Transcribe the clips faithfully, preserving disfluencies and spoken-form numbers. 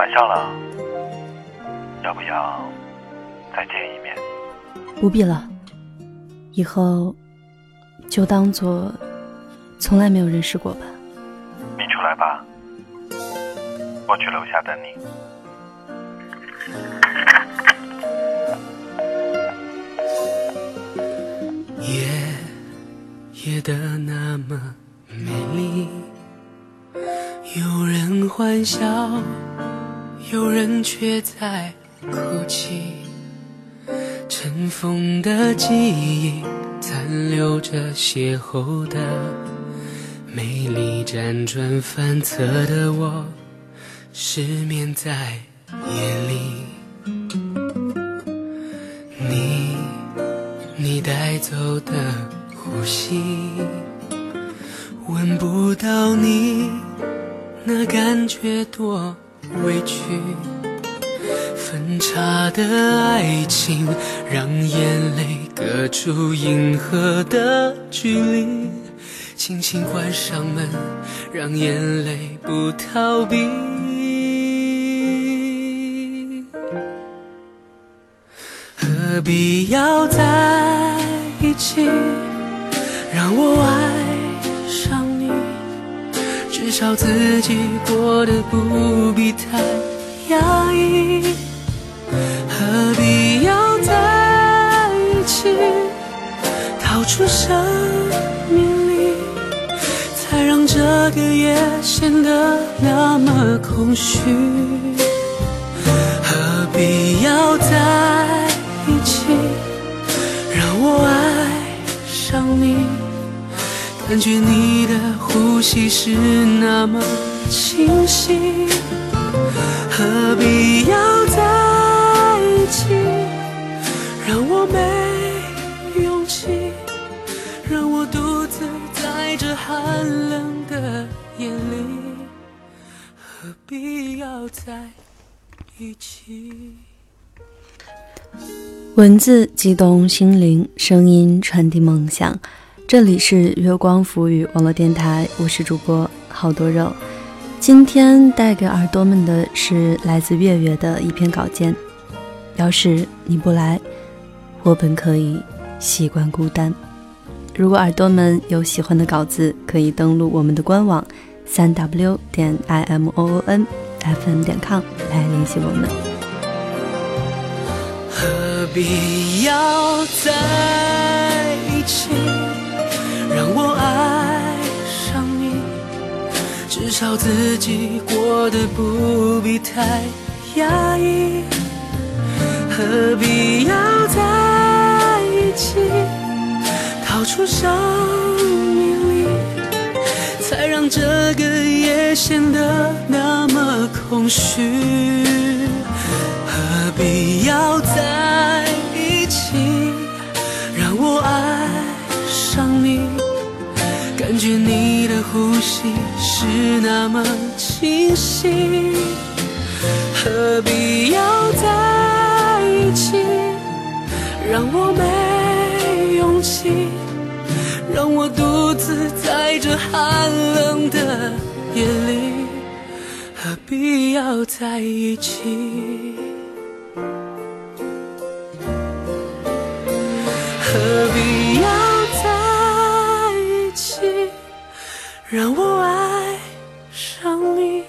晚上了，要不要再见一面？ 不必了，以后就当作从来没有认识过吧。 你出来吧，我去楼下等你。 夜夜的那么美丽，有人欢笑，有人却在哭泣。尘封的记忆残留着邂逅的美丽，辗转反侧的我失眠在夜里。你你带走的呼吸，闻不到你那感觉多委屈。分岔的爱情让眼泪隔出银河的距离，轻轻关上门，让眼泪不逃避。何必要在一起，让我爱上你，至少自己过得不必太压抑。何必要在一起，逃出生命里，才让这个夜显得那么空虚。何必要在一起，让我爱上你，感觉你的呼吸是那么清晰。何必要在一起，让我没勇气，让我独自在这寒冷的夜里。何必要在一起。 文字激动心灵，声音传递梦想。这里是月光浮语网络电台，我是主播好多肉。今天带给耳朵们的是来自月月的一篇稿件。要是你不来，我本可以习惯孤单。如果耳朵们有喜欢的稿子，可以登录我们的官网 三 w 点 i m o o n f m 点 com 来联系我们。 何必要在一起，让我爱上你，至少自己过得不必太压抑。何必要在一起，逃出生命里，才让这个夜显得那么空虚。何必要在一起，让我爱上你，感觉你的呼吸是那么清晰。何必要在一起，让我没勇气，让我独自在这寒冷的夜里。何必要在一起，何必要在一起，让我爱上你。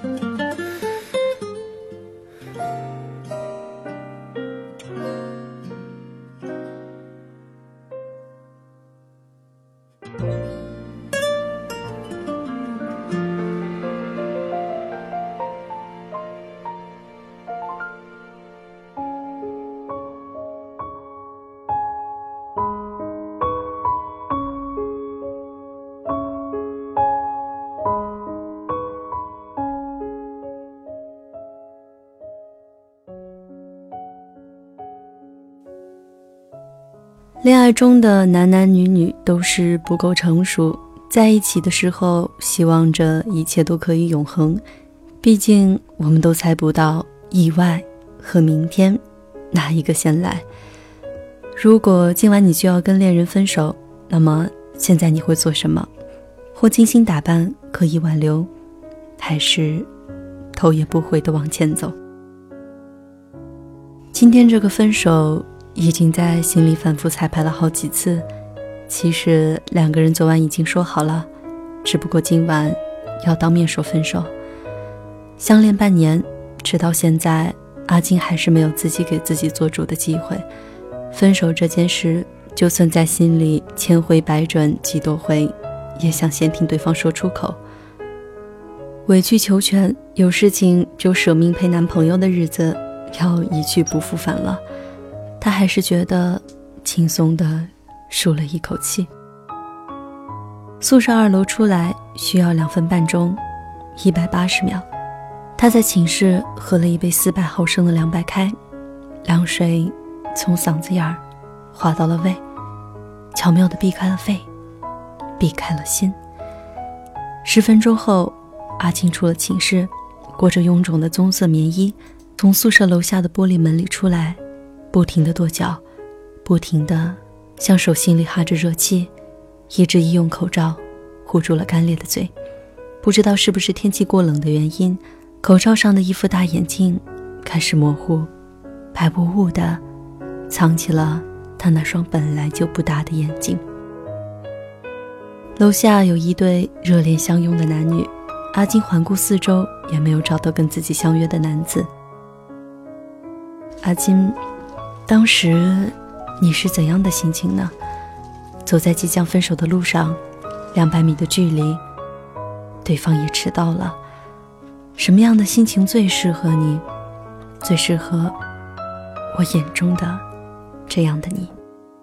恋爱中的男男女女都是不够成熟，在一起的时候希望着一切都可以永恒，毕竟我们都猜不到意外和明天哪一个先来。如果今晚你就要跟恋人分手，那么现在你会做什么？或精心打扮可以挽留，还是头也不回地往前走。今天这个分手已经在心里反复彩排了好几次，其实两个人昨晚已经说好了，只不过今晚要当面说分手。相恋半年，直到现在，阿金还是没有自己给自己做主的机会。分手这件事，就算在心里千回百转几多回，也想先听对方说出口。委曲求全，有事情就舍命陪男朋友的日子要一去不复返了，她还是觉得轻松地舒了一口气。宿舍二楼出来需要两分半钟，一百八十秒。她在寝室喝了一杯四百毫升的凉白开，凉水从嗓子眼儿滑到了胃，巧妙地避开了肺，避开了心。十分钟后，阿金出了寝室，裹着臃肿的棕色棉衣，从宿舍楼下的玻璃门里出来，不停地跺脚，不停地向手心里哈着热气，一直医用口罩护住了干裂的嘴。不知道是不是天气过冷的原因，口罩上的一副大眼镜开始模糊，白雾雾的藏起了他那双本来就不大的眼睛。楼下有一对热恋相拥的男女，阿金环顾四周，也没有找到跟自己相约的男子。阿金，当时你是怎样的心情呢？走在即将分手的路上，两百米的距离，对方也迟到了。什么样的心情最适合你，最适合我眼中的这样的你？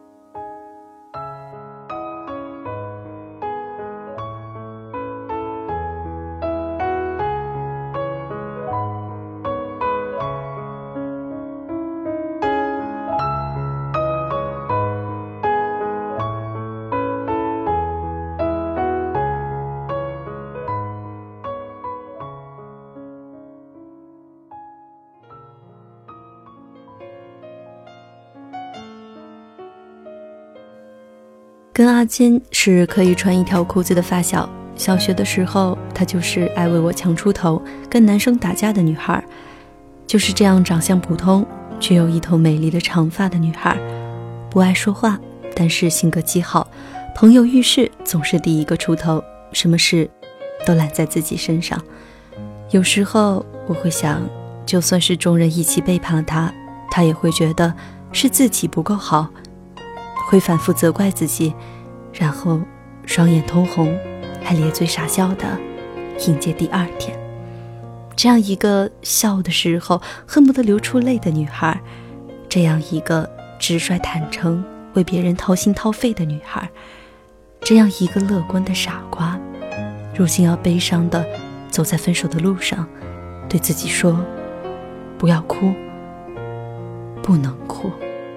跟阿金是可以穿一条裤子的发小，小学的时候她就是爱为我强出头跟男生打架的女孩，就是这样长相普通却有一头美丽的长发的女孩，不爱说话，但是性格极好，朋友遇事总是第一个出头，什么事都揽在自己身上。有时候我会想，就算是众人一起背叛了她，她也会觉得是自己不够好，会反复责怪自己，然后双眼通红，还咧嘴傻笑的迎接第二天。这样一个笑的时候恨不得流出泪的女孩，这样一个直率坦诚为别人掏心掏肺的女孩，这样一个乐观的傻瓜，如今要悲伤的走在分手的路上，对自己说，不要哭，不能哭。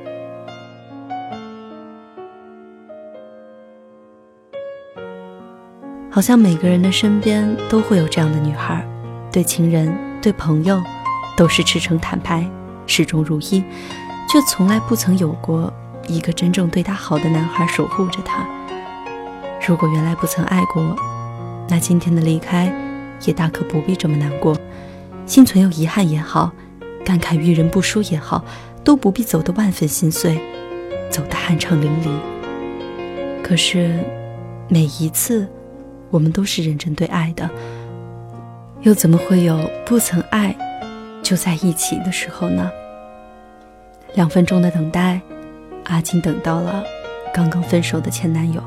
好像每个人的身边都会有这样的女孩，对情人对朋友都是赤诚坦白，始终如一，却从来不曾有过一个真正对她好的男孩守护着她。如果原来不曾爱过，那今天的离开也大可不必这么难过，心存有遗憾也好，感慨遇人不淑也好，都不必走得万分心碎，走得酣畅淋漓。可是每一次我们都是认真对爱的，又怎么会有不曾爱就在一起的时候呢？两分钟的等待，阿金等到了刚刚分手的前男友。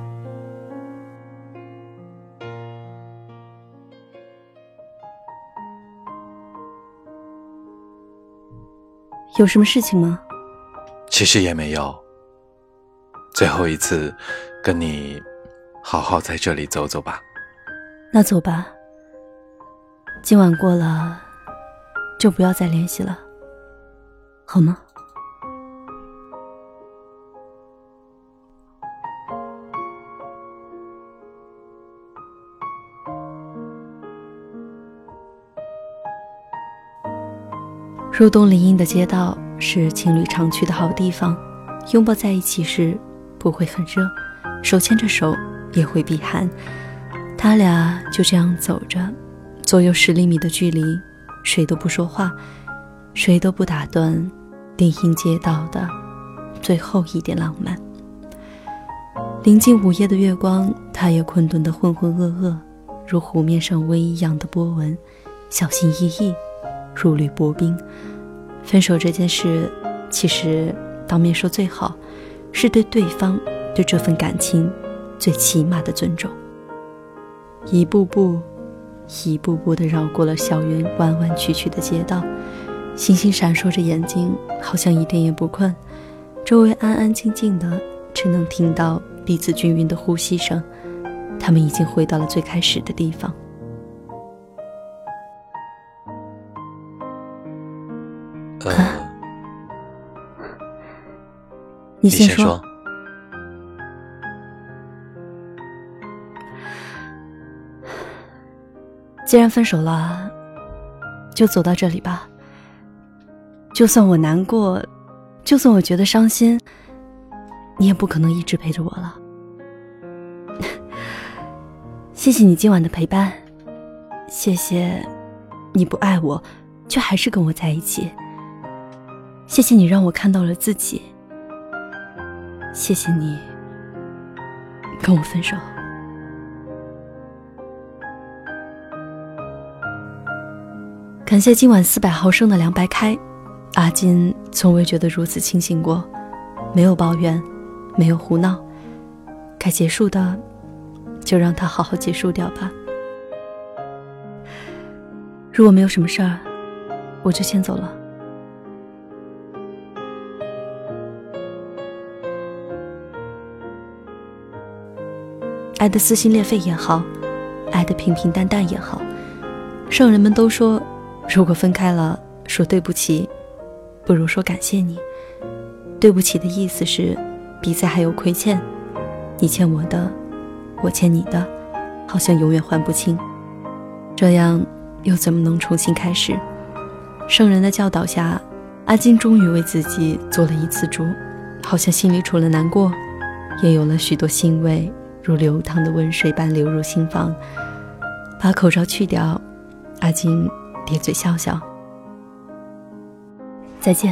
有什么事情吗？ 其实也没有，最后一次跟你好好在这里走走吧。 那走吧，今晚过了就不要再联系了，好吗？入冬林荫的街道是情侣常去的好地方，拥抱在一起时不会很热，手牵着手也会避寒。他俩就这样走着，左右十厘米的距离， 谁都不说话，谁都不打断林荫街道的最后一点浪漫。临近午夜的月光，他也困顿得浑浑噩噩，如湖面上微一样的波纹，小心翼翼，如履薄冰。分手这件事，其实当面说最好，是对对方，对这份感情最起码的尊重。一步步一步步地绕过了校园弯弯曲曲的街道，星星闪烁着眼睛，好像一点也不困。周围安安静静的，只能听到彼此均匀的呼吸声。他们已经回到了最开始的地方。 呃， 啊、你先说。 你先说。 既然分手了，就走到这里吧。就算我难过，就算我觉得伤心，你也不可能一直陪着我了。谢谢你今晚的陪伴，谢谢你不爱我，却还是跟我在一起。谢谢你让我看到了自己，谢谢你跟我分手。感谢今晚四百毫升的凉白开，阿金从未觉得如此清醒过，没有抱怨，没有胡闹，该结束的就让它好好结束掉吧。如果没有什么事儿，我就先走了。爱得撕心裂肺也好，爱得平平淡淡也好，圣人们都说，如果分开了，说对不起不如说感谢你。对不起的意思是彼此还有亏欠，你欠我的，我欠你的，好像永远还不清，这样又怎么能重新开始？圣人的教导下，阿金终于为自己做了一次主，好像心里除了难过，也有了许多欣慰，如流淌的温水般流入心房。把口罩去掉，阿金咧嘴笑笑，再见。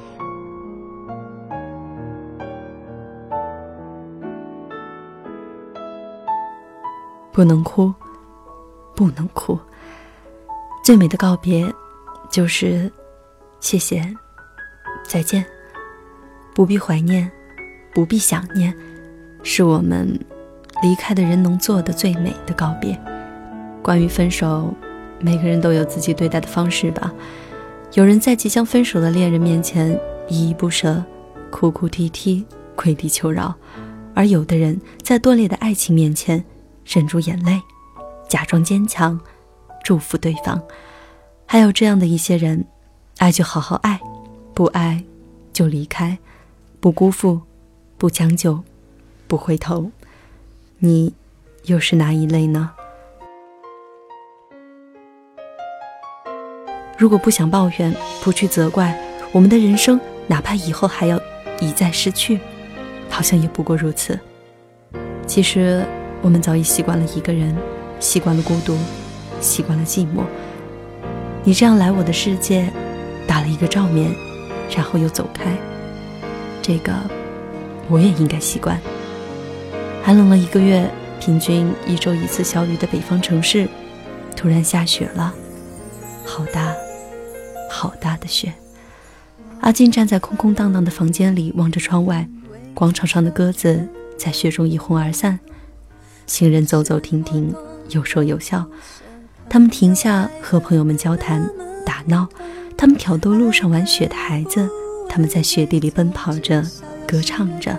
不能哭，不能哭。最美的告别就是谢谢，再见。不必怀念，不必想念，是我们离开的人能做的最美的告别。关于分手，每个人都有自己对待的方式吧。有人在即将分手的恋人面前依依不舍，哭哭啼啼，跪地求饶，而有的人在断裂的爱情面前忍住眼泪，假装坚强，祝福对方。还有这样的一些人，爱就好好爱，不爱就离开，不辜负，不将就，不回头。你又是哪一类呢？如果不想抱怨，不去责怪，我们的人生哪怕以后还要一再失去，好像也不过如此。其实我们早已习惯了一个人，习惯了孤独，习惯了寂寞。你这样来我的世界，打了一个照面，然后又走开，这个我也应该习惯。寒冷了一个月，平均一周一次小雨的北方城市，突然下雪了，好大好大的雪。阿金站在空空荡荡的房间里，望着窗外，广场上的鸽子在雪中一哄而散，行人走走停停，有说有笑。他们停下和朋友们交谈打闹，他们挑逗路上玩雪的孩子，他们在雪地里奔跑着歌唱着。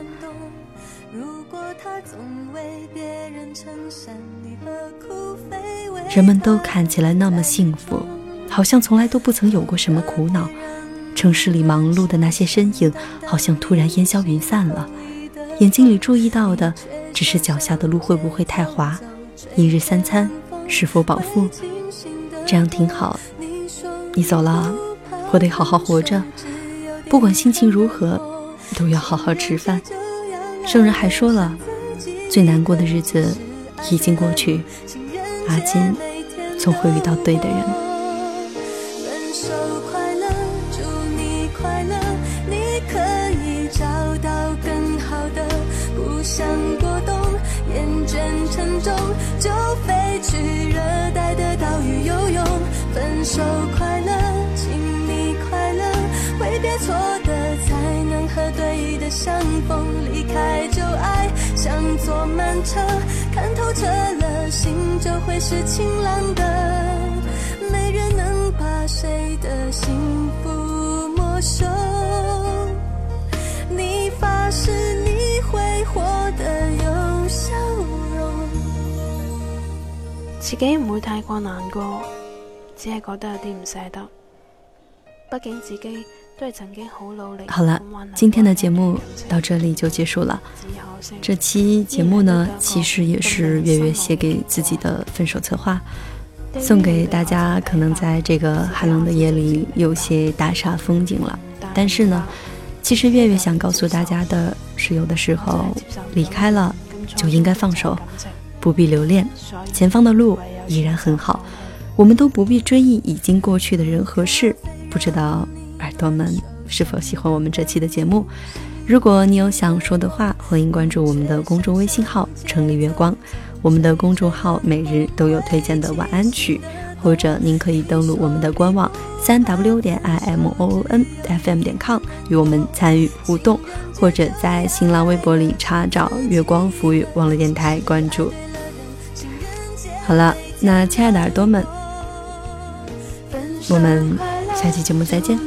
人们都看起来那么幸福，好像从来都不曾有过什么苦恼。城市里忙碌的那些身影好像突然烟消云散了，眼睛里注意到的只是脚下的路会不会太滑，一日三餐是否饱腹。这样挺好，你走了，我得好好活着，不管心情如何，都要好好吃饭。圣人还说了，最难过的日子已经过去，阿金总会遇到对的人。 分手快乐，请你快乐，挥别错的才能和对的相逢，离开旧爱像坐慢车，看透彻了心就会是晴朗的，没人能把谁的幸福没收，你发誓你會活得有笑容， 自己唔會太過難過，只係覺得有啲唔捨得，畢竟自己都係曾經好努力。 好了，今天的节目到这里就结束了。这期节目呢，其实也是月月写给自己的分手策划，送给大家可能在这个寒冷的夜里有些大煞风景了，但是呢，其实月月想告诉大家的是，有的时候离开了就应该放手，不必留恋，前方的路依然很好，我们都不必追忆已经过去的人和事。不知道耳朵们是否喜欢我们这期的节目？如果你有想说的话，欢迎关注我们的公众微信号城里月光，我们的公众号每日都有推荐的晚安曲，或者您可以登录我们的官网 三 w 点 i m o o n f m 点 com 与我们参与互动，或者在新浪微博里查找月光浮语网络电台关注。好了，那亲爱的耳朵们，我们下期节目再见。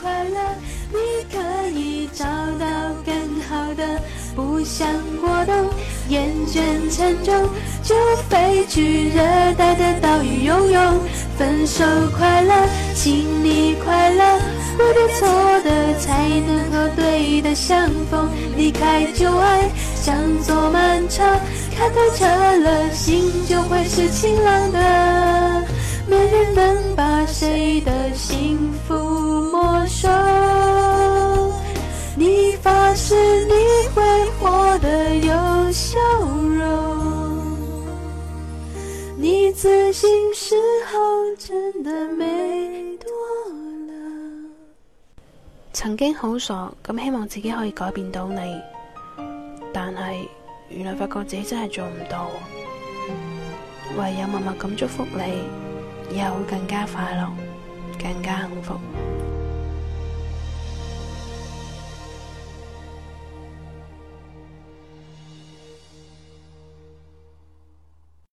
不想过冬，厌倦沉重，就飞去热带的岛屿游泳。分手快乐，请你快乐，挥别错的才能和对的相逢，离开旧爱像坐慢车，看透彻了心就会是晴朗的，没人能把谁的幸福没收，你发誓你会活得有笑容，你自信时候真的美多了。 曾經好傻，咁希望自己可以改變到你，但係原來發覺自己真係做唔到，唯有默默咁祝福你，以後會更加快樂，更加幸福。